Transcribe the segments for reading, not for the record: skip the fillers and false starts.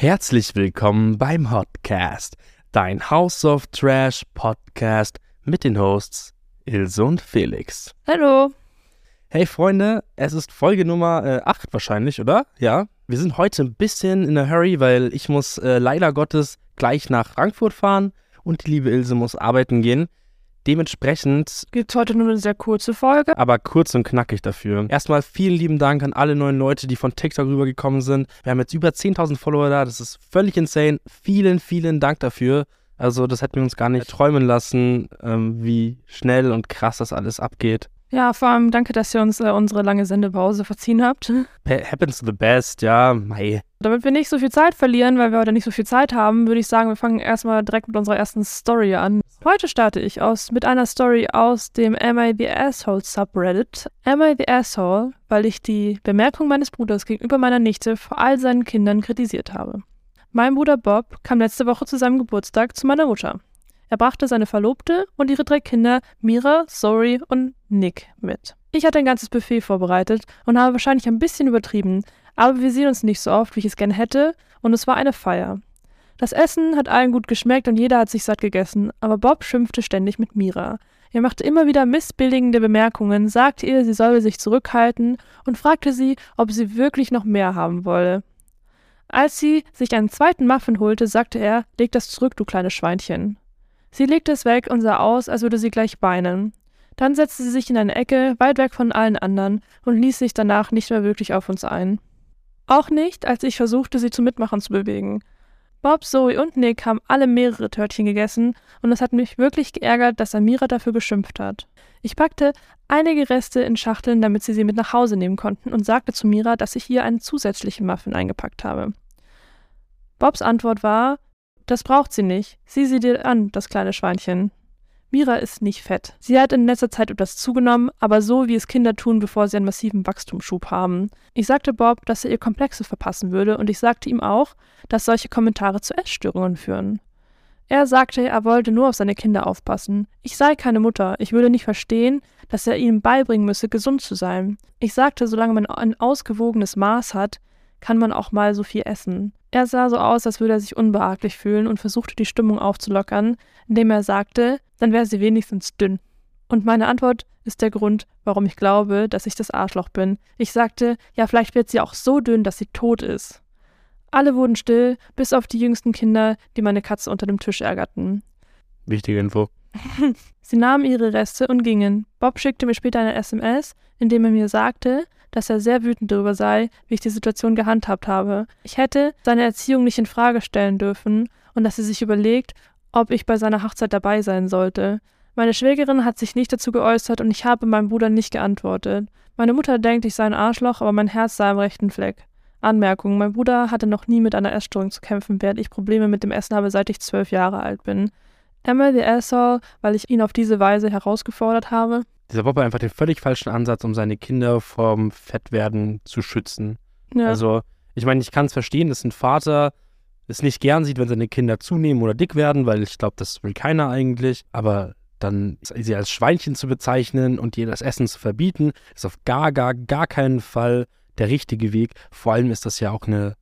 Herzlich willkommen beim Hotcast, dein House of Trash Podcast mit den Hosts Ilse und Felix. Hallo. Hey Freunde, es ist Folge Nummer 8 wahrscheinlich, oder? Ja, wir sind heute ein bisschen in a hurry, weil ich muss leider Gottes gleich nach Frankfurt fahren und die liebe Ilse muss arbeiten gehen. Dementsprechend Gibt heute nur eine sehr kurze Folge. aber kurz und knackig dafür. Erstmal vielen lieben Dank an alle neuen Leute, die von TikTok rübergekommen sind. Wir haben jetzt über 10.000 Follower da, das ist völlig insane. Vielen, vielen Dank dafür. Also das hätten wir uns gar nicht träumen lassen, wie schnell und krass das alles abgeht. Ja, vor allem danke, dass ihr uns unsere lange Sendepause verziehen habt. Happens to the best, ja, mei. Damit wir nicht so viel Zeit verlieren, weil wir heute nicht so viel Zeit haben, würde ich sagen, wir fangen erstmal direkt mit unserer ersten Story an. Heute starte ich mit einer Story aus dem Am I the Asshole Subreddit. Am I the Asshole, weil ich die Bemerkung meines Bruders gegenüber meiner Nichte vor all seinen Kindern kritisiert habe. Mein Bruder Bob kam letzte Woche zu seinem Geburtstag zu meiner Mutter. Er brachte seine Verlobte und ihre 3 Kinder Mira, Zoe und Nick mit. Ich hatte ein ganzes Buffet vorbereitet und habe wahrscheinlich ein bisschen übertrieben, aber wir sehen uns nicht so oft, wie ich es gerne hätte, und es war eine Feier. Das Essen hat allen gut geschmeckt und jeder hat sich satt gegessen, aber Bob schimpfte ständig mit Mira. Er machte immer wieder missbilligende Bemerkungen, sagte ihr, sie solle sich zurückhalten und fragte sie, ob sie wirklich noch mehr haben wolle. Als sie sich einen zweiten Muffin holte, sagte er, leg das zurück, du kleines Schweinchen. Sie legte es weg und sah aus, als würde sie gleich weinen. Dann setzte sie sich in eine Ecke, weit weg von allen anderen, und ließ sich danach nicht mehr wirklich auf uns ein. Auch nicht, als ich versuchte, sie zum Mitmachen zu bewegen. Bob, Zoe und Nick haben alle mehrere Törtchen gegessen und es hat mich wirklich geärgert, dass Amira dafür geschimpft hat. Ich packte einige Reste in Schachteln, damit sie mit nach Hause nehmen konnten, und sagte zu Mira, dass ich hier einen zusätzlichen Muffin eingepackt habe. Bobs Antwort war: Das braucht sie nicht. Sieh sie dir an, das kleine Schweinchen. Mira ist nicht fett. Sie hat in letzter Zeit etwas zugenommen, aber so, wie es Kinder tun, bevor sie einen massiven Wachstumsschub haben. Ich sagte Bob, dass er ihr Komplexe verpassen würde, und ich sagte ihm auch, dass solche Kommentare zu Essstörungen führen. Er sagte, er wollte nur auf seine Kinder aufpassen. Ich sei keine Mutter. Ich würde nicht verstehen, dass er ihnen beibringen müsse, gesund zu sein. Ich sagte, solange man ein ausgewogenes Maß hat, kann man auch mal so viel essen. Er sah so aus, als würde er sich unbehaglich fühlen und versuchte, die Stimmung aufzulockern, indem er sagte, dann wäre sie wenigstens dünn. Und meine Antwort ist der Grund, warum ich glaube, dass ich das Arschloch bin. Ich sagte, ja, vielleicht wird sie auch so dünn, dass sie tot ist. Alle wurden still, bis auf die jüngsten Kinder, die meine Katze unter dem Tisch ärgerten. Wichtige Info. Sie nahmen ihre Reste und gingen. Bob schickte mir später eine SMS, in dem er mir sagte, dass er sehr wütend darüber sei, wie ich die Situation gehandhabt habe. Ich hätte seine Erziehung nicht in Frage stellen dürfen und dass er sich überlegt, ob ich bei seiner Hochzeit dabei sein sollte. Meine Schwägerin hat sich nicht dazu geäußert und ich habe meinem Bruder nicht geantwortet. Meine Mutter denkt, ich sei ein Arschloch, aber mein Herz sei am rechten Fleck. Anmerkung: Mein Bruder hatte noch nie mit einer Essstörung zu kämpfen, während ich Probleme mit dem Essen habe, seit ich 12 Jahre alt bin. Am I the Asshole, weil ich ihn auf diese Weise herausgefordert habe? Dieser Bob hat einfach den völlig falschen Ansatz, um seine Kinder vom Fettwerden zu schützen. Ja. Also, ich meine, ich kann es verstehen, dass ein Vater es nicht gern sieht, wenn seine Kinder zunehmen oder dick werden, weil ich glaube, das will keiner eigentlich. Aber dann sie als Schweinchen zu bezeichnen und ihr das Essen zu verbieten, ist auf gar keinen Fall der richtige Weg. Vor allem ist das ja auch eine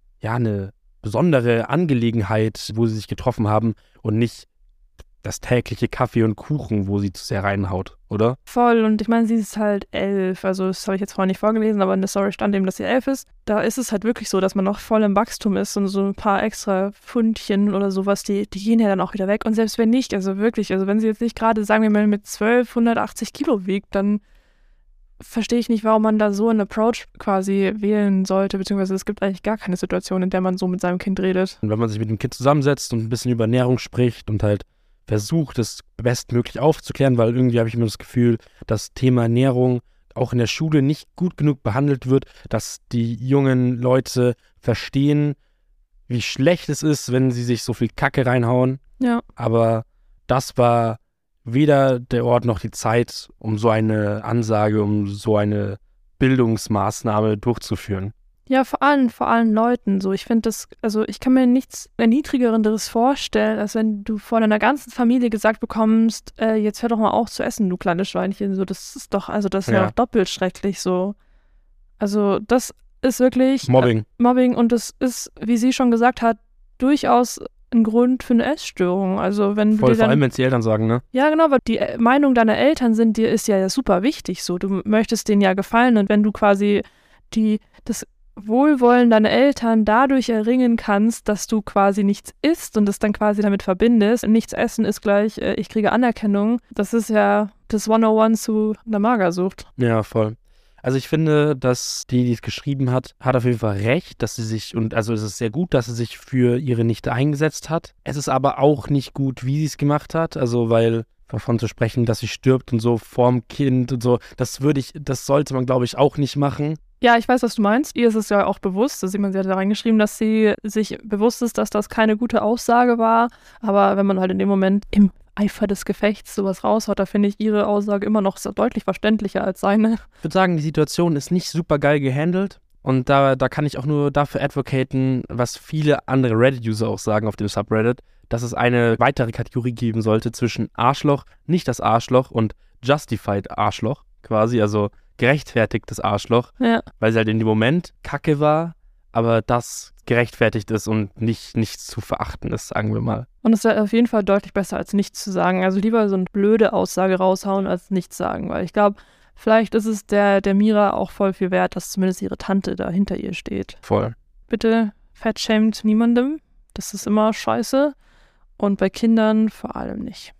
besondere Angelegenheit, wo sie sich getroffen haben und nicht das tägliche Kaffee und Kuchen, wo sie zu sehr reinhaut, oder? Voll, und ich meine, sie ist halt 11, also das habe ich jetzt vorher nicht vorgelesen, aber in der Story stand eben, dass sie 11 ist. Da ist es halt wirklich so, dass man noch voll im Wachstum ist und so ein paar extra Pfundchen oder sowas, die gehen ja dann auch wieder weg. Und selbst wenn nicht, also wirklich, also wenn sie jetzt nicht gerade, sagen wir mal, mit 12 180 Kilo wiegt, dann verstehe ich nicht, warum man da so einen Approach quasi wählen sollte, beziehungsweise es gibt eigentlich gar keine Situation, in der man so mit seinem Kind redet. Und wenn man sich mit dem Kind zusammensetzt und ein bisschen über Ernährung spricht und halt versucht, es bestmöglich aufzuklären, weil irgendwie habe ich immer das Gefühl, das Thema Ernährung auch in der Schule nicht gut genug behandelt wird, dass die jungen Leute verstehen, wie schlecht es ist, wenn sie sich so viel Kacke reinhauen. Ja. Aber das war weder der Ort noch die Zeit, um so eine Ansage, um so eine Bildungsmaßnahme durchzuführen. Ja, vor allen Leuten so. Ich finde das, also ich kann mir nichts Erniedrigerenderes vorstellen, als wenn du von einer ganzen Familie gesagt bekommst, jetzt hör doch mal auf zu essen, du kleines Schweinchen. So, das ist doch, also das ist ja auch doppelt schrecklich so. Also das ist wirklich Mobbing. Mobbing, und das ist, wie sie schon gesagt hat, durchaus ein Grund für eine Essstörung. Also wenn Voll, du dir vor dann, allem, wenn es die Eltern sagen, ne? ja genau, weil die Meinung deiner Eltern dir ist ja super wichtig so. Du möchtest denen ja gefallen und wenn du quasi das Wohlwollen deiner Eltern dadurch erringen kannst, dass du quasi nichts isst und es dann quasi damit verbindest. Nichts essen ist gleich, ich kriege Anerkennung. Das ist ja das 101 zu einer Magersucht. Ja, voll. Also ich finde, dass die es geschrieben hat auf jeden Fall recht, dass sie sich, und also es ist sehr gut, dass sie sich für ihre Nichte eingesetzt hat. Es ist aber auch nicht gut, wie sie es gemacht hat, also weil davon zu sprechen, dass sie stirbt und so vorm Kind und so, das sollte man, glaube ich, auch nicht machen. Ja, ich weiß, was du meinst. Ihr ist es ja auch bewusst, sie hat da reingeschrieben, dass sie sich bewusst ist, dass das keine gute Aussage war. Aber wenn man halt in dem Moment im Eifer des Gefechts sowas raushaut, da finde ich ihre Aussage immer noch so deutlich verständlicher als seine. Ich würde sagen, die Situation ist nicht super geil gehandelt. Und da kann ich auch nur dafür advocaten, was viele andere Reddit-User auch sagen auf dem Subreddit, dass es eine weitere Kategorie geben sollte zwischen Arschloch, nicht das Arschloch, und Justified Arschloch quasi, also gerechtfertigtes Arschloch, Ja. weil sie halt in dem Moment kacke war, aber das gerechtfertigt ist und nicht zu verachten ist, sagen wir mal. Und es ist auf jeden Fall deutlich besser, als nichts zu sagen. Also lieber so eine blöde Aussage raushauen, als nichts sagen. Weil ich glaube, vielleicht ist es der Mira auch voll viel wert, dass zumindest ihre Tante da hinter ihr steht. Voll. Bitte fettshamed niemandem. Das ist immer scheiße. Und bei Kindern vor allem nicht.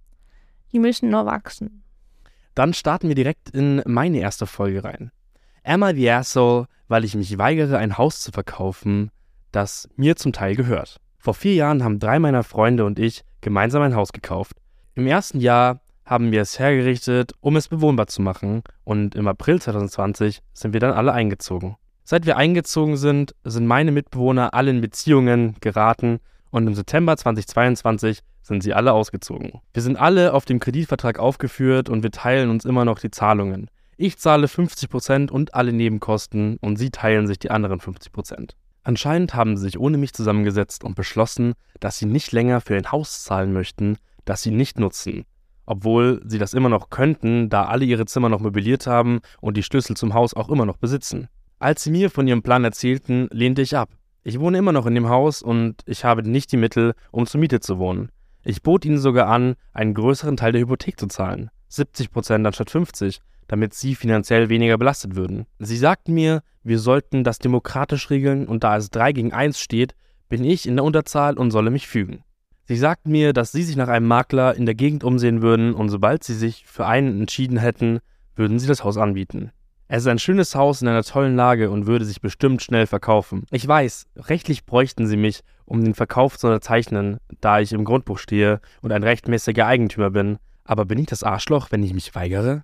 Die müssen nur wachsen. Dann starten wir direkt in meine erste Folge rein. Am I the Asshole, weil ich mich weigere, ein Haus zu verkaufen, das mir zum Teil gehört. Vor 4 Jahren haben 3 meiner Freunde und ich gemeinsam ein Haus gekauft. Im ersten Jahr haben wir es hergerichtet, um es bewohnbar zu machen, und im April 2020 sind wir dann alle eingezogen. Seit wir eingezogen sind meine Mitbewohner alle in Beziehungen geraten und im September 2022 sind sie alle ausgezogen. Wir sind alle auf dem Kreditvertrag aufgeführt und wir teilen uns immer noch die Zahlungen. Ich zahle 50% und alle Nebenkosten und sie teilen sich die anderen 50%. Anscheinend haben sie sich ohne mich zusammengesetzt und beschlossen, dass sie nicht länger für ein Haus zahlen möchten, das sie nicht nutzen. Obwohl sie das immer noch könnten, da alle ihre Zimmer noch möbliert haben und die Schlüssel zum Haus auch immer noch besitzen. Als sie mir von ihrem Plan erzählten, lehnte ich ab. Ich wohne immer noch in dem Haus und ich habe nicht die Mittel, um zur Miete zu wohnen. Ich bot ihnen sogar an, einen größeren Teil der Hypothek zu zahlen, 70% anstatt 50%, damit sie finanziell weniger belastet würden. Sie sagten mir, wir sollten das demokratisch regeln und da es 3-1 steht, bin ich in der Unterzahl und solle mich fügen. Sie sagten mir, dass sie sich nach einem Makler in der Gegend umsehen würden und sobald sie sich für einen entschieden hätten, würden sie das Haus anbieten. Es ist ein schönes Haus in einer tollen Lage und würde sich bestimmt schnell verkaufen. Ich weiß, rechtlich bräuchten sie mich, um den Verkauf zu unterzeichnen, da ich im Grundbuch stehe und ein rechtmäßiger Eigentümer bin. Aber bin ich das Arschloch, wenn ich mich weigere?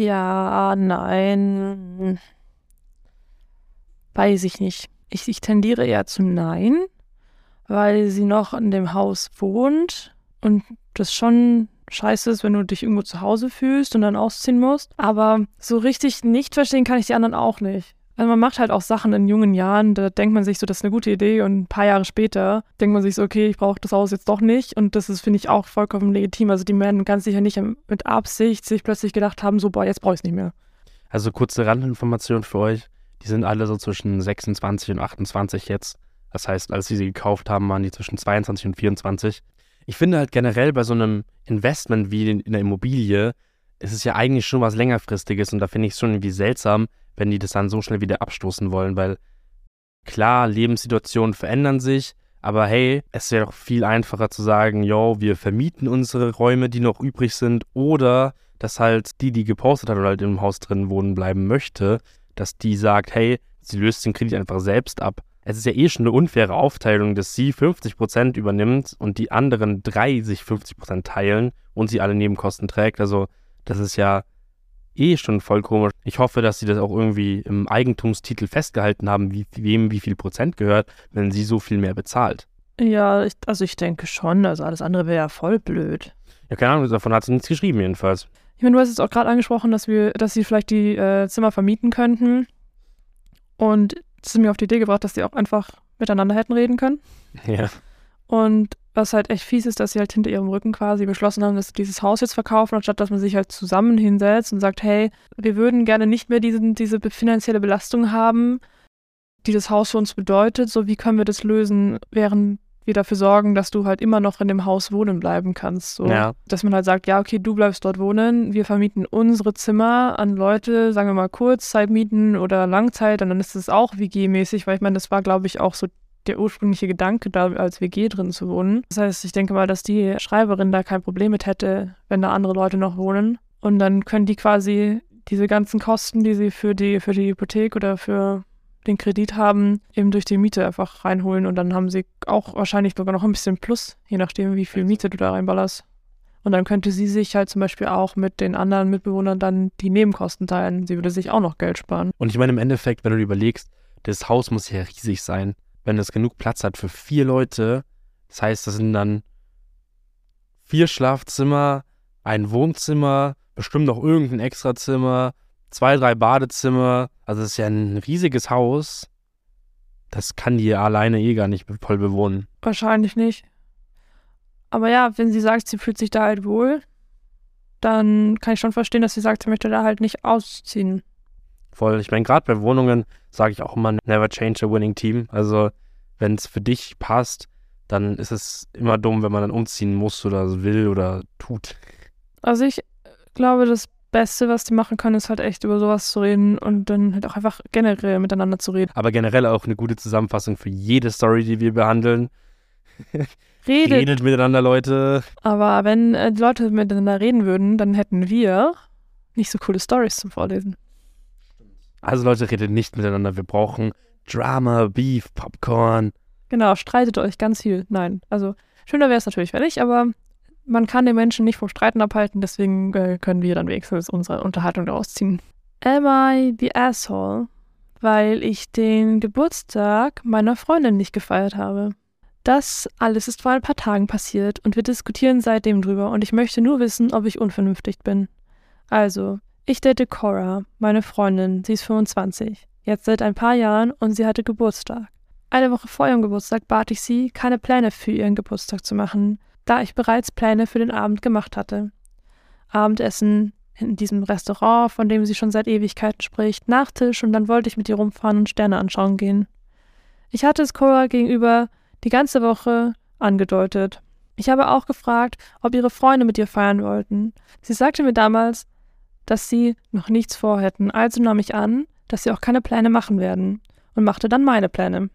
Ja, nein. Weiß ich nicht. Ich tendiere eher zu nein, weil sie noch in dem Haus wohnt und das schon scheiße ist, wenn du dich irgendwo zu Hause fühlst und dann ausziehen musst. Aber so richtig nicht verstehen kann ich die anderen auch nicht. Also man macht halt auch Sachen in jungen Jahren, da denkt man sich so, das ist eine gute Idee und ein paar Jahre später denkt man sich so, okay, ich brauche das Haus jetzt doch nicht und das ist, finde ich, auch vollkommen legitim. Also die werden ganz sicher nicht mit Absicht sich plötzlich gedacht haben, so, boah, jetzt brauche ich es nicht mehr. Also kurze Randinformation für euch, die sind alle so zwischen 26 und 28 jetzt. Das heißt, als sie gekauft haben, waren die zwischen 22 und 24. Ich finde halt generell bei so einem Investment wie in der Immobilie, ist es ja eigentlich schon was längerfristiges und da finde ich es schon irgendwie seltsam, wenn die das dann so schnell wieder abstoßen wollen, weil klar, Lebenssituationen verändern sich, aber hey, es wäre doch viel einfacher zu sagen, yo, wir vermieten unsere Räume, die noch übrig sind, oder dass halt die gepostet hat oder halt im Haus drin wohnen bleiben möchte, dass die sagt, hey, sie löst den Kredit einfach selbst ab. Es ist ja eh schon eine unfaire Aufteilung, dass sie 50% übernimmt und die anderen 3 sich 50% teilen und sie alle Nebenkosten trägt. Also das ist ja eh schon voll komisch. Ich hoffe, dass sie das auch irgendwie im Eigentumstitel festgehalten haben, wem wie viel Prozent gehört, wenn sie so viel mehr bezahlt. Ja, ich denke schon. Also alles andere wäre ja voll blöd. Ja, keine Ahnung, davon hat sie nichts geschrieben jedenfalls. Ich meine, du hast jetzt auch gerade angesprochen, dass sie vielleicht die Zimmer vermieten könnten. Und das hat mir auf die Idee gebracht, dass die auch einfach miteinander hätten reden können. Ja. Und was halt echt fies ist, dass sie halt hinter ihrem Rücken quasi beschlossen haben, dass sie dieses Haus jetzt verkaufen, anstatt dass man sich halt zusammen hinsetzt und sagt, hey, wir würden gerne nicht mehr diese finanzielle Belastung haben, die das Haus für uns bedeutet. So, wie können wir das lösen, während wir dafür sorgen, dass du halt immer noch in dem Haus wohnen bleiben kannst. So. Ja. Dass man halt sagt, ja, okay, du bleibst dort wohnen, wir vermieten unsere Zimmer an Leute, sagen wir mal Kurzzeitmieten oder Langzeit, und dann ist es auch WG-mäßig, weil ich meine, das war, glaube ich, auch so der ursprüngliche Gedanke, da als WG drin zu wohnen. Das heißt, ich denke mal, dass die Schreiberin da kein Problem mit hätte, wenn da andere Leute noch wohnen. Und dann können die quasi diese ganzen Kosten, die sie für die Hypothek oder für den Kredit haben, eben durch die Miete einfach reinholen. Und dann haben sie auch wahrscheinlich sogar noch ein bisschen Plus, je nachdem, wie viel Miete du da reinballerst. Und dann könnte sie sich halt zum Beispiel auch mit den anderen Mitbewohnern dann die Nebenkosten teilen. Sie würde sich auch noch Geld sparen. Und ich meine, im Endeffekt, wenn du dir überlegst, das Haus muss ja riesig sein. Wenn es genug Platz hat für 4 Leute, das heißt, das sind dann 4 Schlafzimmer, ein Wohnzimmer, bestimmt noch irgendein Extrazimmer, 2, 3 Badezimmer. Also das ist ja ein riesiges Haus. Das kann die alleine gar nicht voll bewohnen. Wahrscheinlich nicht. Aber ja, wenn sie sagt, sie fühlt sich da halt wohl, dann kann ich schon verstehen, dass sie sagt, sie möchte da halt nicht ausziehen. Voll. Ich meine, gerade bei Wohnungen sage ich auch immer, never change a winning team. Also wenn es für dich passt, dann ist es immer dumm, wenn man dann umziehen muss oder will oder tut. Also ich glaube, das Beste, was die machen können, ist halt echt über sowas zu reden und dann halt auch einfach generell miteinander zu reden. Aber generell auch eine gute Zusammenfassung für jede Story, die wir behandeln. Redet miteinander, Leute. Aber wenn die Leute miteinander reden würden, dann hätten wir nicht so coole Storys zum Vorlesen. Also Leute, redet nicht miteinander. Wir brauchen Drama, Beef, Popcorn. Genau, streitet euch ganz viel. Nein, also schöner wäre es natürlich, wenn nicht, aber man kann den Menschen nicht vom Streiten abhalten, deswegen können wir dann wenigstens unsere Unterhaltung daraus ziehen. Am I the asshole? Weil ich den Geburtstag meiner Freundin nicht gefeiert habe. Das alles ist vor ein paar Tagen passiert und wir diskutieren seitdem drüber und ich möchte nur wissen, ob ich unvernünftig bin. Also, ich date Cora, meine Freundin, sie ist 25, jetzt seit ein paar Jahren und sie hatte Geburtstag. Eine Woche vor ihrem Geburtstag bat ich sie, keine Pläne für ihren Geburtstag zu machen, da ich bereits Pläne für den Abend gemacht hatte. Abendessen in diesem Restaurant, von dem sie schon seit Ewigkeiten spricht, Nachtisch und dann wollte ich mit ihr rumfahren und Sterne anschauen gehen. Ich hatte es Cora gegenüber die ganze Woche angedeutet. Ich habe auch gefragt, ob ihre Freunde mit ihr feiern wollten. Sie sagte mir damals, dass sie noch nichts vorhätten, also nahm ich an, dass sie auch keine Pläne machen werden und machte dann meine Pläne.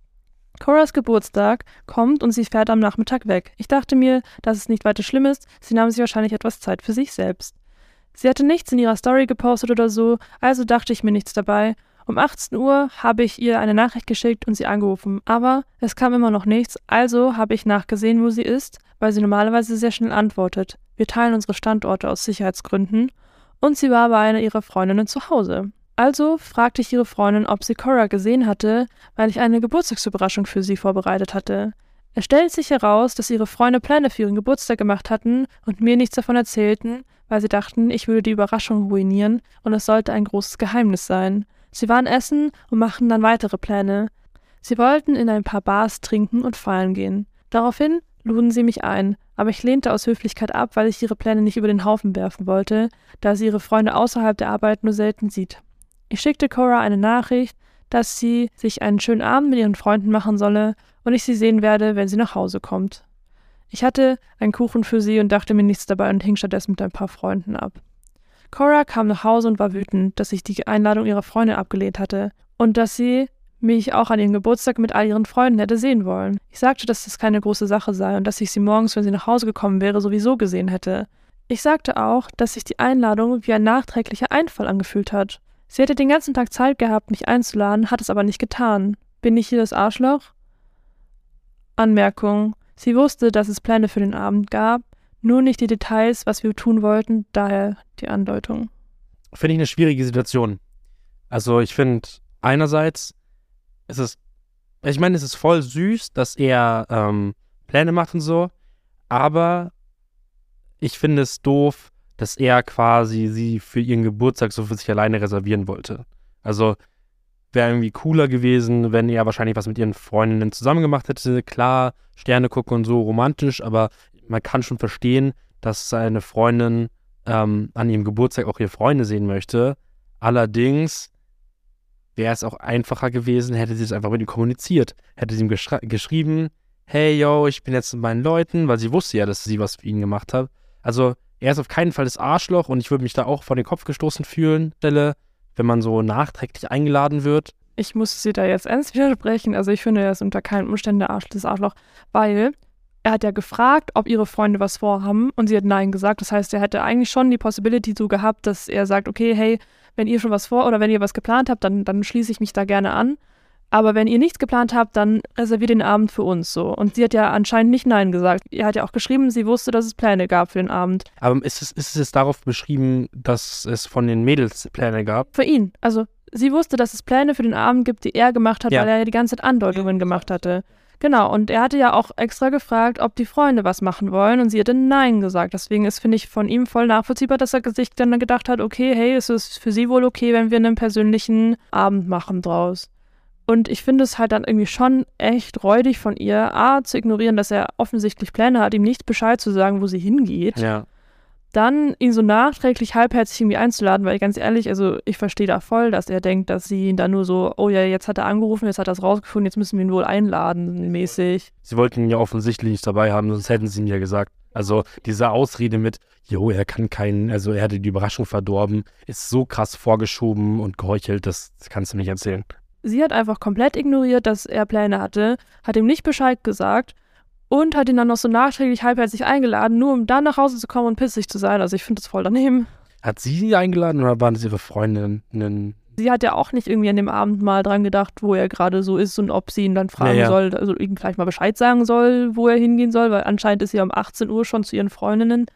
Coras Geburtstag kommt und sie fährt am Nachmittag weg. Ich dachte mir, dass es nicht weiter schlimm ist, sie nahm sich wahrscheinlich etwas Zeit für sich selbst. Sie hatte nichts in ihrer Story gepostet oder so, also dachte ich mir nichts dabei. Um 18 Uhr habe ich ihr eine Nachricht geschickt und sie angerufen, aber es kam immer noch nichts, also habe ich nachgesehen, wo sie ist, weil sie normalerweise sehr schnell antwortet. Wir teilen unsere Standorte aus Sicherheitsgründen und sie war bei einer ihrer Freundinnen zu Hause. Also fragte ich ihre Freundin, ob sie Cora gesehen hatte, weil ich eine Geburtstagsüberraschung für sie vorbereitet hatte. Es stellt sich heraus, dass ihre Freunde Pläne für ihren Geburtstag gemacht hatten und mir nichts davon erzählten, weil sie dachten, ich würde die Überraschung ruinieren und es sollte ein großes Geheimnis sein. Sie waren essen und machten dann weitere Pläne. Sie wollten in ein paar Bars trinken und feiern gehen. Daraufhin luden sie mich ein, aber ich lehnte aus Höflichkeit ab, weil ich ihre Pläne nicht über den Haufen werfen wollte, da sie ihre Freunde außerhalb der Arbeit nur selten sieht. Ich schickte Cora eine Nachricht, dass sie sich einen schönen Abend mit ihren Freunden machen solle und ich sie sehen werde, wenn sie nach Hause kommt. Ich hatte einen Kuchen für sie und dachte mir nichts dabei und hing stattdessen mit ein paar Freunden ab. Cora kam nach Hause und war wütend, dass ich die Einladung ihrer Freunde abgelehnt hatte und dass sie mich auch an ihrem Geburtstag mit all ihren Freunden hätte sehen wollen. Ich sagte, dass das keine große Sache sei und dass ich sie morgens, wenn sie nach Hause gekommen wäre, sowieso gesehen hätte. Ich sagte auch, dass sich die Einladung wie ein nachträglicher Einfall angefühlt hat. Sie hätte den ganzen Tag Zeit gehabt, mich einzuladen, hat es aber nicht getan. Bin ich hier das Arschloch? Anmerkung: Sie wusste, dass es Pläne für den Abend gab, nur nicht die Details, was wir tun wollten, daher die Andeutung. Finde ich eine schwierige Situation. Also ich finde, einerseits ist es, ich meine, es ist voll süß, dass er Pläne macht und so, aber ich finde es doof, dass er quasi sie für ihren Geburtstag so für sich alleine reservieren wollte. Also wäre irgendwie cooler gewesen, wenn er wahrscheinlich was mit ihren Freundinnen zusammen gemacht hätte. Klar, Sterne gucken und so, romantisch, aber man kann schon verstehen, dass seine Freundin an ihrem Geburtstag auch ihre Freunde sehen möchte. Allerdings wäre es auch einfacher gewesen, hätte sie es einfach mit ihm kommuniziert. Hätte sie ihm geschrieben, hey, yo, ich bin jetzt mit meinen Leuten, weil sie wusste ja, dass sie was für ihn gemacht hat. Also er ist auf keinen Fall das Arschloch und ich würde mich da auch vor den Kopf gestoßen fühlen, wenn man so nachträglich eingeladen wird. Ich muss sie da jetzt ernst widersprechen. Also ich finde, er ist unter keinen Umständen das Arschloch, weil er hat ja gefragt, ob ihre Freunde was vorhaben und sie hat Nein gesagt. Das heißt, er hätte eigentlich schon die Possibility so gehabt, dass er sagt, okay, hey, wenn ihr schon was oder wenn ihr was geplant habt, dann schließe ich mich da gerne an. Aber wenn ihr nichts geplant habt, dann reserviert den Abend für uns so. Und sie hat ja anscheinend nicht Nein gesagt. Er hat ja auch geschrieben, sie wusste, dass es Pläne gab für den Abend. Aber ist es jetzt darauf beschrieben, dass es von den Mädels Pläne gab? Für ihn. Also sie wusste, dass es Pläne für den Abend gibt, die er gemacht hat, weil er ja die ganze Zeit Andeutungen gemacht hatte. Genau, und er hatte ja auch extra gefragt, ob die Freunde was machen wollen und sie hatte Nein gesagt. Deswegen ist, finde ich, von ihm voll nachvollziehbar, dass er sich dann gedacht hat, okay, hey, ist es für sie wohl okay, wenn wir einen persönlichen Abend machen draus. Und ich finde es halt dann irgendwie schon echt räudig von ihr, zu ignorieren, dass er offensichtlich Pläne hat, ihm nicht Bescheid zu sagen, wo sie hingeht. Ja. Dann ihn so nachträglich halbherzig irgendwie einzuladen, weil ganz ehrlich, also ich verstehe da voll, dass er denkt, dass sie ihn dann nur so, oh ja, jetzt hat er angerufen, jetzt hat er es rausgefunden, jetzt müssen wir ihn wohl einladen, mäßig. Sie wollten ihn ja offensichtlich nicht dabei haben, sonst hätten sie ihm ja gesagt. Also diese Ausrede mit, er kann keinen, also er hatte die Überraschung verdorben, ist so krass vorgeschoben und geheuchelt, das kannst du nicht erzählen. Sie hat einfach komplett ignoriert, dass er Pläne hatte, hat ihm nicht Bescheid gesagt und hat ihn dann noch so nachträglich halbherzig eingeladen, nur um dann nach Hause zu kommen und pissig zu sein. Also ich finde das voll daneben. Hat sie eingeladen oder waren das ihre Freundinnen? Sie hat ja auch nicht irgendwie an dem Abend mal dran gedacht, wo er gerade so ist und ob sie ihn dann fragen soll, also ihm vielleicht mal Bescheid sagen soll, wo er hingehen soll, weil anscheinend ist sie um 18 Uhr schon zu ihren Freundinnen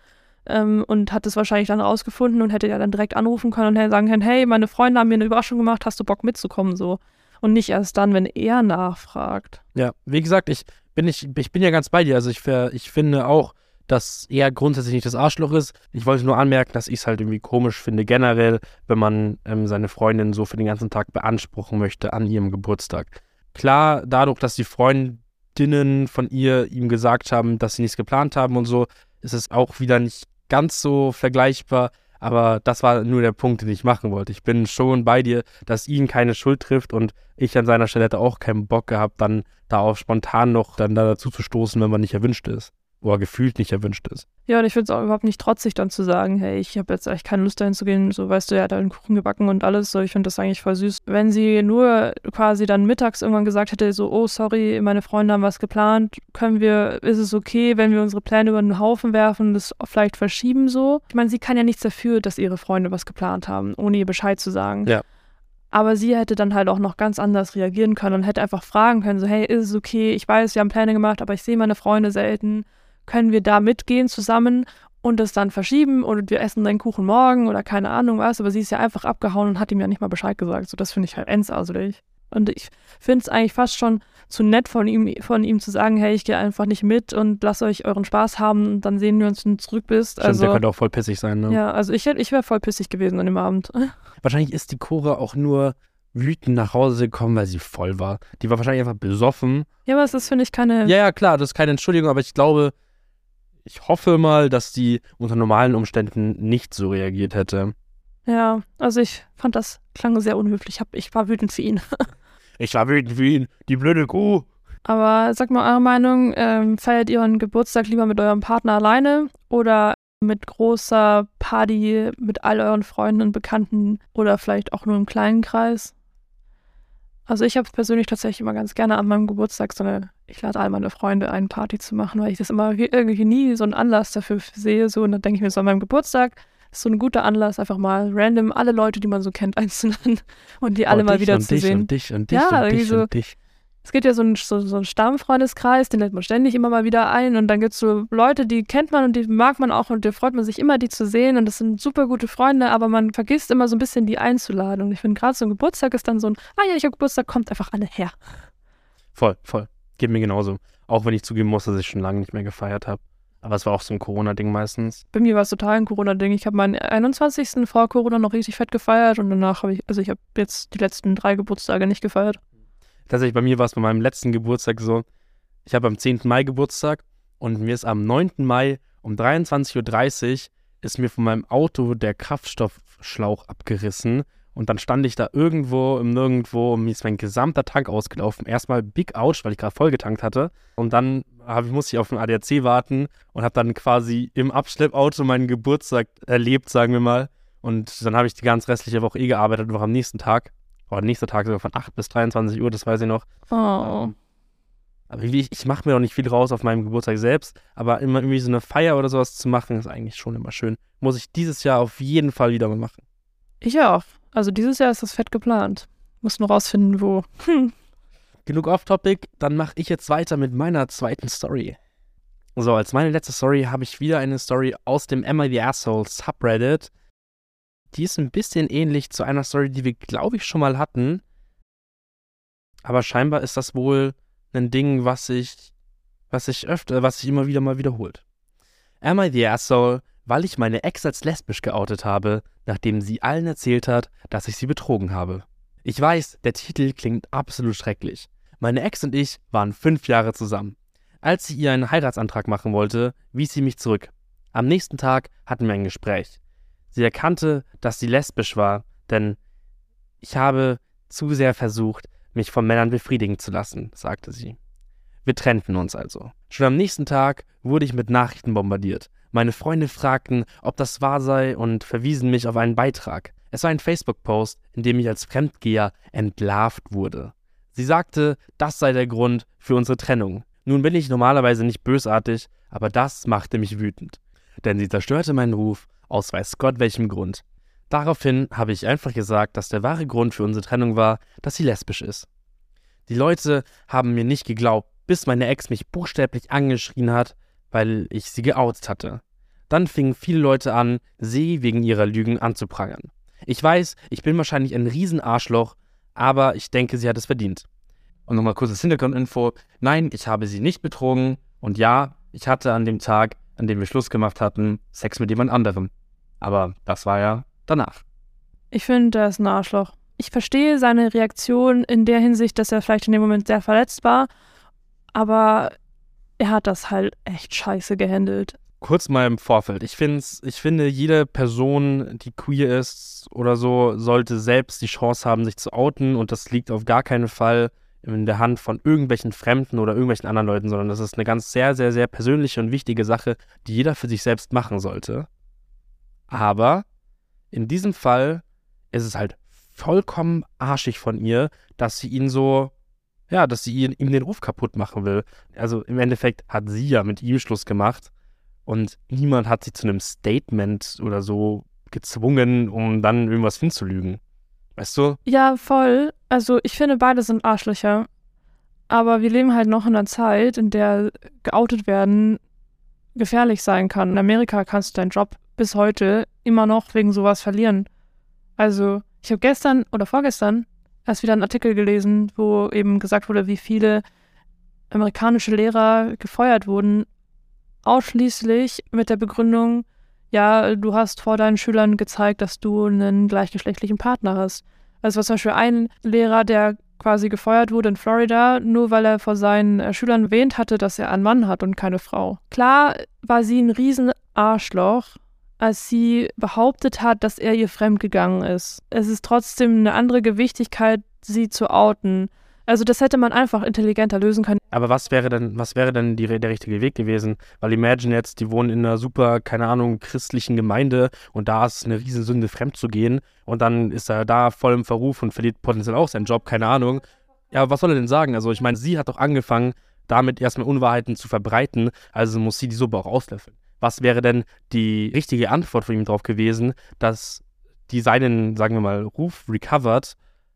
und hat es wahrscheinlich dann rausgefunden und hätte ja dann direkt anrufen können und hätte sagen können, hey, meine Freunde haben mir eine Überraschung gemacht, hast du Bock mitzukommen, so. Und nicht erst dann, wenn er nachfragt. Ja, wie gesagt, ich bin ja ganz bei dir. Also ich finde auch, dass er grundsätzlich nicht das Arschloch ist. Ich wollte nur anmerken, dass ich es halt irgendwie komisch finde, generell, wenn man seine Freundin so für den ganzen Tag beanspruchen möchte an ihrem Geburtstag. Klar, dadurch, dass die Freundinnen von ihm gesagt haben, dass sie nichts geplant haben und so, ist es auch wieder nicht ganz so vergleichbar. Aber das war nur der Punkt, den ich machen wollte. Ich bin schon bei dir, dass ihn keine Schuld trifft und ich an seiner Stelle hätte auch keinen Bock gehabt, dann da auch spontan noch dann da dazu zu stoßen, wenn man nicht erwünscht ist. Oder gefühlt nicht erwünscht ist. Ja, und ich finde es auch überhaupt nicht trotzig, dann zu sagen, hey, ich habe jetzt echt keine Lust dahin zu gehen, so, weißt du, er hat einen Kuchen gebacken und alles, so, ich finde das eigentlich voll süß. Wenn sie nur quasi dann mittags irgendwann gesagt hätte, so, oh, sorry, meine Freunde haben was geplant, ist es okay, wenn wir unsere Pläne über den Haufen werfen und das vielleicht verschieben, so. Ich meine, sie kann ja nichts dafür, dass ihre Freunde was geplant haben, ohne ihr Bescheid zu sagen. Ja. Aber sie hätte dann halt auch noch ganz anders reagieren können und hätte einfach fragen können, so, hey, ist es okay, ich weiß, wir haben Pläne gemacht, aber ich sehe meine Freunde selten. Können wir da mitgehen zusammen und das dann verschieben und wir essen den Kuchen morgen oder keine Ahnung was, aber sie ist ja einfach abgehauen und hat ihm ja nicht mal Bescheid gesagt. So, das finde ich halt endauselig. Und ich finde es eigentlich fast schon zu nett von ihm zu sagen, hey, ich gehe einfach nicht mit und lasst euch euren Spaß haben und dann sehen wir uns, wenn du zurück bist. Stimmt, also, der könnte auch voll pissig sein, ne? Ja, also ich wäre voll pissig gewesen an dem Abend. Wahrscheinlich ist die Cora auch nur wütend nach Hause gekommen, weil sie voll war. Die war wahrscheinlich einfach besoffen. Ja, aber es ist, finde ich, keine... Ja, klar, das ist keine Entschuldigung, aber ich hoffe mal, dass die unter normalen Umständen nicht so reagiert hätte. Ja, also ich fand, das klang sehr unhöflich. Ich war wütend für ihn. Ich war wütend für ihn, die blöde Kuh. Aber sag mal eure Meinung, feiert ihr euren Geburtstag lieber mit eurem Partner alleine oder mit großer Party mit all euren Freunden und Bekannten oder vielleicht auch nur im kleinen Kreis? Also ich habe es persönlich tatsächlich immer ganz gerne an meinem Geburtstag, ich lade all meine Freunde ein, Party zu machen, weil ich das immer irgendwie nie so einen Anlass dafür sehe. So, und dann denke ich mir so, an meinem Geburtstag ist so ein guter Anlass, einfach mal random alle Leute, die man so kennt, einzuladen und die alle mal wieder zu sehen. Und dich und dich. Es gibt ja so einen Stammfreundeskreis, den lädt man ständig immer mal wieder ein und dann gibt es so Leute, die kennt man und die mag man auch und da freut man sich immer, die zu sehen und das sind super gute Freunde, aber man vergisst immer so ein bisschen, die einzuladen und ich finde gerade so ein Geburtstag ist dann so ein, ich habe Geburtstag, kommt einfach alle her. Voll. Geht mir genauso. Auch wenn ich zugeben muss, dass ich schon lange nicht mehr gefeiert habe. Aber es war auch so ein Corona-Ding meistens. Bei mir war es total ein Corona-Ding. Ich habe meinen 21. vor Corona noch richtig fett gefeiert und danach habe ich habe jetzt die letzten 3 Geburtstage nicht gefeiert. Tatsächlich, bei mir war es bei meinem letzten Geburtstag so, ich habe am 10. Mai Geburtstag und mir ist am 9. Mai um 23:30 Uhr ist mir von meinem Auto der Kraftstoffschlauch abgerissen Und dann stand ich da irgendwo im Nirgendwo und mir ist mein gesamter Tank ausgelaufen. Erstmal Big Ouch, weil ich gerade voll getankt hatte. Und dann musste ich auf den ADAC warten und habe dann quasi im Abschleppauto meinen Geburtstag erlebt, sagen wir mal. Und dann habe ich die ganze restliche Woche gearbeitet und auch am nächsten Tag, oder nächster Tag sogar von 8 bis 23 Uhr, das weiß ich noch. Oh. Aber ich mache mir auch nicht viel raus auf meinem Geburtstag selbst, aber immer irgendwie so eine Feier oder sowas zu machen, ist eigentlich schon immer schön. Muss ich dieses Jahr auf jeden Fall wieder mal machen. Ich auch. Also dieses Jahr ist das fett geplant. Muss nur rausfinden, wo. Genug Off-Topic, dann mache ich jetzt weiter mit meiner zweiten Story. So, als meine letzte Story habe ich wieder eine Story aus dem Am I the Asshole Subreddit. Die ist ein bisschen ähnlich zu einer Story, die wir, glaube ich, schon mal hatten. Aber scheinbar ist das wohl ein Ding, was sich immer wieder mal wiederholt. Am I the Asshole, weil ich meine Ex als lesbisch geoutet habe, nachdem sie allen erzählt hat, dass ich sie betrogen habe. Ich weiß, der Titel klingt absolut schrecklich. Meine Ex und ich waren 5 Jahre zusammen. Als sie ihr einen Heiratsantrag machen wollte, wies sie mich zurück. Am nächsten Tag hatten wir ein Gespräch. Sie erkannte, dass sie lesbisch war, denn ich habe zu sehr versucht, mich von Männern befriedigen zu lassen, sagte sie. Wir trennten uns also. Schon am nächsten Tag wurde ich mit Nachrichten bombardiert. Meine Freunde fragten, ob das wahr sei und verwiesen mich auf einen Beitrag. Es war ein Facebook-Post, in dem ich als Fremdgeher entlarvt wurde. Sie sagte, das sei der Grund für unsere Trennung. Nun bin ich normalerweise nicht bösartig, aber das machte mich wütend. Denn sie zerstörte meinen Ruf, aus weiß Gott welchem Grund. Daraufhin habe ich einfach gesagt, dass der wahre Grund für unsere Trennung war, dass sie lesbisch ist. Die Leute haben mir nicht geglaubt, bis meine Ex mich buchstäblich angeschrien hat, weil ich sie geoutet hatte. Dann fingen viele Leute an, sie wegen ihrer Lügen anzuprangern. Ich weiß, ich bin wahrscheinlich ein Riesenarschloch, aber ich denke, sie hat es verdient. Und nochmal kurzes Hintergrundinfo. Nein, ich habe sie nicht betrogen. Und ja, ich hatte an dem Tag, an dem wir Schluss gemacht hatten, Sex mit jemand anderem. Aber das war ja danach. Ich finde, er ist ein Arschloch. Ich verstehe seine Reaktion in der Hinsicht, dass er vielleicht in dem Moment sehr verletzt war, aber er hat das halt echt scheiße gehandelt. Kurz mal im Vorfeld. Ich finde, jede Person, die queer ist oder so, sollte selbst die Chance haben, sich zu outen. Und das liegt auf gar keinen Fall in der Hand von irgendwelchen Fremden oder irgendwelchen anderen Leuten, sondern das ist eine ganz sehr, sehr, sehr persönliche und wichtige Sache, die jeder für sich selbst machen sollte. Aber in diesem Fall ist es halt vollkommen arschig von ihr, dass sie ihn so, ja, dass sie ihm den Ruf kaputt machen will. Also im Endeffekt hat sie ja mit ihm Schluss gemacht und niemand hat sie zu einem Statement oder so gezwungen, um dann irgendwas hinzulügen. Weißt du? Ja, voll. Also ich finde, beide sind Arschlöcher. Aber wir leben halt noch in einer Zeit, in der geoutet werden gefährlich sein kann. In Amerika kannst du deinen Job bis heute immer noch wegen sowas verlieren. Also ich habe gestern oder vorgestern erst wieder einen Artikel gelesen, wo eben gesagt wurde, wie viele amerikanische Lehrer gefeuert wurden, ausschließlich mit der Begründung, ja, du hast vor deinen Schülern gezeigt, dass du einen gleichgeschlechtlichen Partner hast. Also es war zum Beispiel ein Lehrer, der quasi gefeuert wurde in Florida, nur weil er vor seinen Schülern erwähnt hatte, dass er einen Mann hat und keine Frau. Klar war sie ein riesen Arschloch, als sie behauptet hat, dass er ihr fremdgegangen ist. Es ist trotzdem eine andere Gewichtigkeit, sie zu outen. Also das hätte man einfach intelligenter lösen können. Aber was wäre denn der richtige Weg gewesen? Weil imagine jetzt, die wohnen in einer super, keine Ahnung, christlichen Gemeinde und da ist es eine Riesensünde, fremd zu gehen und dann ist er da voll im Verruf und verliert potenziell auch seinen Job, keine Ahnung. Ja, was soll er denn sagen? Also ich meine, sie hat doch angefangen, damit erstmal Unwahrheiten zu verbreiten, also muss sie die Suppe auch auslöffeln. Was wäre denn die richtige Antwort von ihm drauf gewesen, dass die seinen, sagen wir mal, Ruf recovert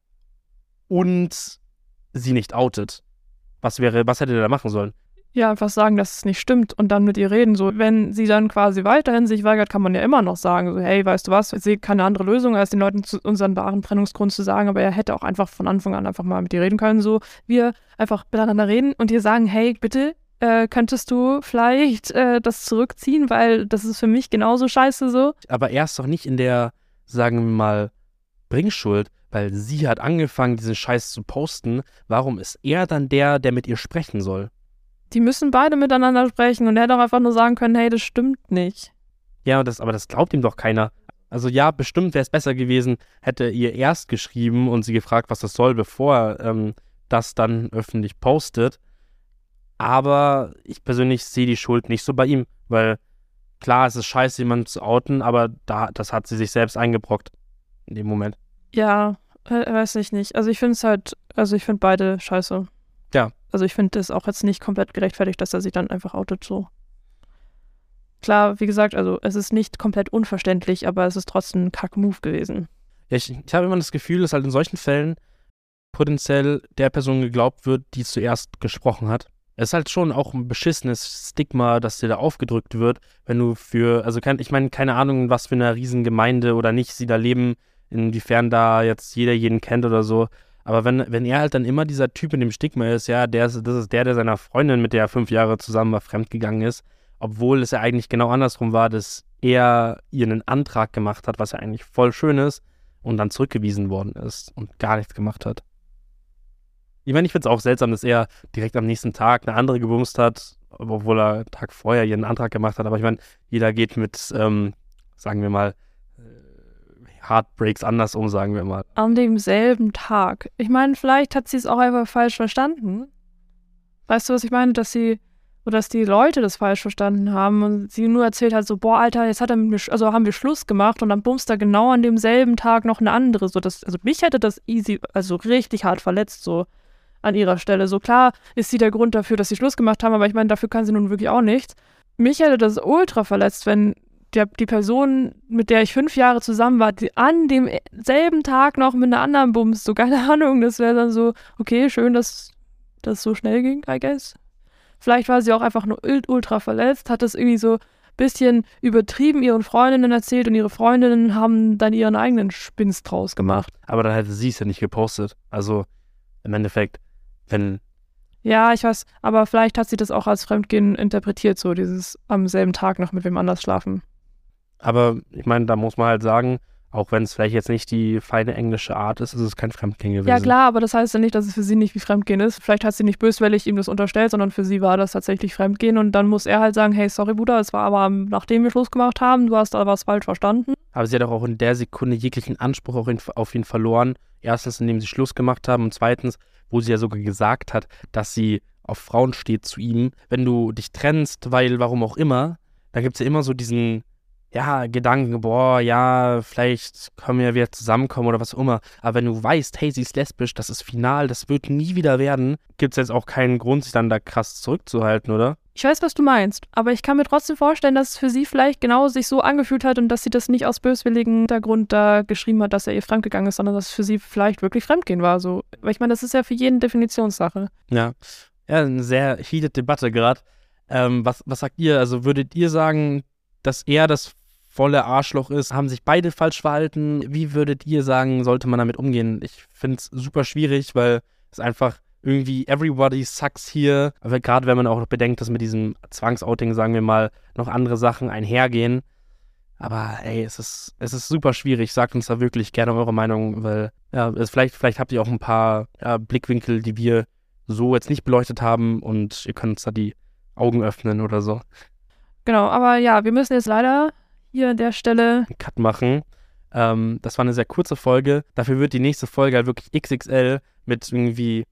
und sie nicht outet? Was hätte der da machen sollen? Ja, einfach sagen, dass es nicht stimmt und dann mit ihr reden. So, wenn sie dann quasi weiterhin sich weigert, kann man ja immer noch sagen, so, hey, weißt du was, ich sehe keine andere Lösung, als den Leuten unseren wahren Trennungsgrund zu sagen, aber er hätte auch einfach von Anfang an einfach mal mit ihr reden können, so, wir einfach miteinander reden und ihr sagen, hey, bitte, könntest du vielleicht das zurückziehen, weil das ist für mich genauso scheiße so. Aber er ist doch nicht in der, sagen wir mal, Bringschuld, weil sie hat angefangen, diesen Scheiß zu posten. Warum ist er dann der mit ihr sprechen soll? Die müssen beide miteinander sprechen und er hätte auch einfach nur sagen können, hey, das stimmt nicht. Ja, aber das glaubt ihm doch keiner. Also ja, bestimmt wäre es besser gewesen, hätte ihr erst geschrieben und sie gefragt, was das soll, bevor er das dann öffentlich postet. Aber ich persönlich sehe die Schuld nicht so bei ihm, weil klar, es ist scheiße, jemanden zu outen, aber das hat sie sich selbst eingebrockt in dem Moment. Ja, weiß ich nicht. Also ich finde beide scheiße. Ja. Also ich finde es auch jetzt nicht komplett gerechtfertigt, dass er sich dann einfach outet so. Klar, wie gesagt, also es ist nicht komplett unverständlich, aber es ist trotzdem ein Kack-Move gewesen. Ja, ich habe immer das Gefühl, dass halt in solchen Fällen potenziell der Person geglaubt wird, die zuerst gesprochen hat. Es ist halt schon auch ein beschissenes Stigma, das dir da aufgedrückt wird, wenn du ich meine, keine Ahnung, was für eine Riesengemeinde oder nicht sie da leben, inwiefern da jetzt jeder jeden kennt oder so. Aber wenn er halt dann immer dieser Typ in dem Stigma ist, ja, das ist der seiner Freundin, mit der er 5 Jahre zusammen war, fremdgegangen ist, obwohl es ja eigentlich genau andersrum war, dass er ihr einen Antrag gemacht hat, was ja eigentlich voll schön ist, und dann zurückgewiesen worden ist und gar nichts gemacht hat. Ich meine, ich finde es auch seltsam, dass er direkt am nächsten Tag eine andere gebumst hat, obwohl er einen Tag vorher ihren Antrag gemacht hat. Aber ich meine, jeder geht mit, sagen wir mal, Heartbreaks anders um, sagen wir mal. An demselben Tag. Ich meine, vielleicht hat sie es auch einfach falsch verstanden. Weißt du, was ich meine? Dass die Leute das falsch verstanden haben und sie nur erzählt hat so, boah, Alter, jetzt haben wir Schluss gemacht und dann bumst er genau an demselben Tag noch eine andere. Also mich hätte das easy, also richtig hart verletzt, so an ihrer Stelle. So klar ist sie der Grund dafür, dass sie Schluss gemacht haben, aber ich meine, dafür kann sie nun wirklich auch nichts. Mich hätte das ultra verletzt, wenn die Person, mit der ich 5 Jahre zusammen war, die an demselben Tag noch mit einer anderen bumst. So, keine Ahnung, das wäre dann so, okay, schön, dass das so schnell ging, I guess. Vielleicht war sie auch einfach nur ultra verletzt, hat das irgendwie so ein bisschen übertrieben ihren Freundinnen erzählt und ihre Freundinnen haben dann ihren eigenen Spinst draus gemacht. Aber dann hätte sie es ja nicht gepostet. Also im Endeffekt, wenn... Ja, ich weiß, aber vielleicht hat sie das auch als Fremdgehen interpretiert, so dieses am selben Tag noch mit wem anders schlafen. Aber ich meine, da muss man halt sagen, auch wenn es vielleicht jetzt nicht die feine englische Art ist, ist es kein Fremdgehen gewesen. Ja klar, aber das heißt ja nicht, dass es für sie nicht wie Fremdgehen ist. Vielleicht hat sie nicht böswillig ihm das unterstellt, sondern für sie war das tatsächlich Fremdgehen und dann muss er halt sagen, hey, sorry Bruder, es war aber nachdem wir Schluss gemacht haben, du hast da was falsch verstanden. Aber sie hat auch in der Sekunde jeglichen Anspruch auf ihn verloren. Erstens, indem sie Schluss gemacht haben und zweitens, wo sie ja sogar gesagt hat, dass sie auf Frauen steht zu ihm. Wenn du dich trennst, weil warum auch immer, dann gibt es ja immer so diesen... ja, Gedanken, boah, ja, vielleicht können wir wieder zusammenkommen oder was auch immer. Aber wenn du weißt, hey, sie ist lesbisch, das ist final, das wird nie wieder werden, gibt es jetzt auch keinen Grund, sich dann da krass zurückzuhalten, oder? Ich weiß, was du meinst, aber ich kann mir trotzdem vorstellen, dass es für sie vielleicht genau sich so angefühlt hat und dass sie das nicht aus böswilligem Hintergrund da geschrieben hat, dass er ihr fremdgegangen ist, sondern dass es für sie vielleicht wirklich Fremdgehen war. So. Weil ich meine, das ist ja für jeden Definitionssache. Ja, eine sehr heated Debatte gerade. Was sagt ihr? Also würdet ihr sagen, dass er das volle Arschloch ist? Haben sich beide falsch verhalten? Wie würdet ihr sagen, sollte man damit umgehen? Ich finde es super schwierig, weil es einfach irgendwie everybody sucks hier. Aber gerade wenn man auch noch bedenkt, dass mit diesem Zwangsouting, sagen wir mal, noch andere Sachen einhergehen. Aber ey, es ist super schwierig. Sagt uns da wirklich gerne eure Meinung, weil ja, vielleicht habt ihr auch ein paar Blickwinkel, die wir so jetzt nicht beleuchtet haben und ihr könnt uns da die Augen öffnen oder so. Genau, aber ja, wir müssen jetzt leider hier an der Stelle einen Cut machen. Das war eine sehr kurze Folge. Dafür wird die nächste Folge halt wirklich XXL mit irgendwie,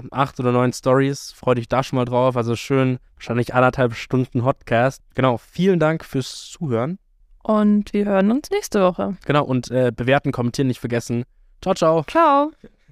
8 oder 9 Stories. Freut euch da schon mal drauf. Also schön, wahrscheinlich 1,5 Stunden Podcast. Genau, vielen Dank fürs Zuhören. Und wir hören uns nächste Woche. Genau, und bewerten, kommentieren nicht vergessen. Ciao, ciao. Ciao.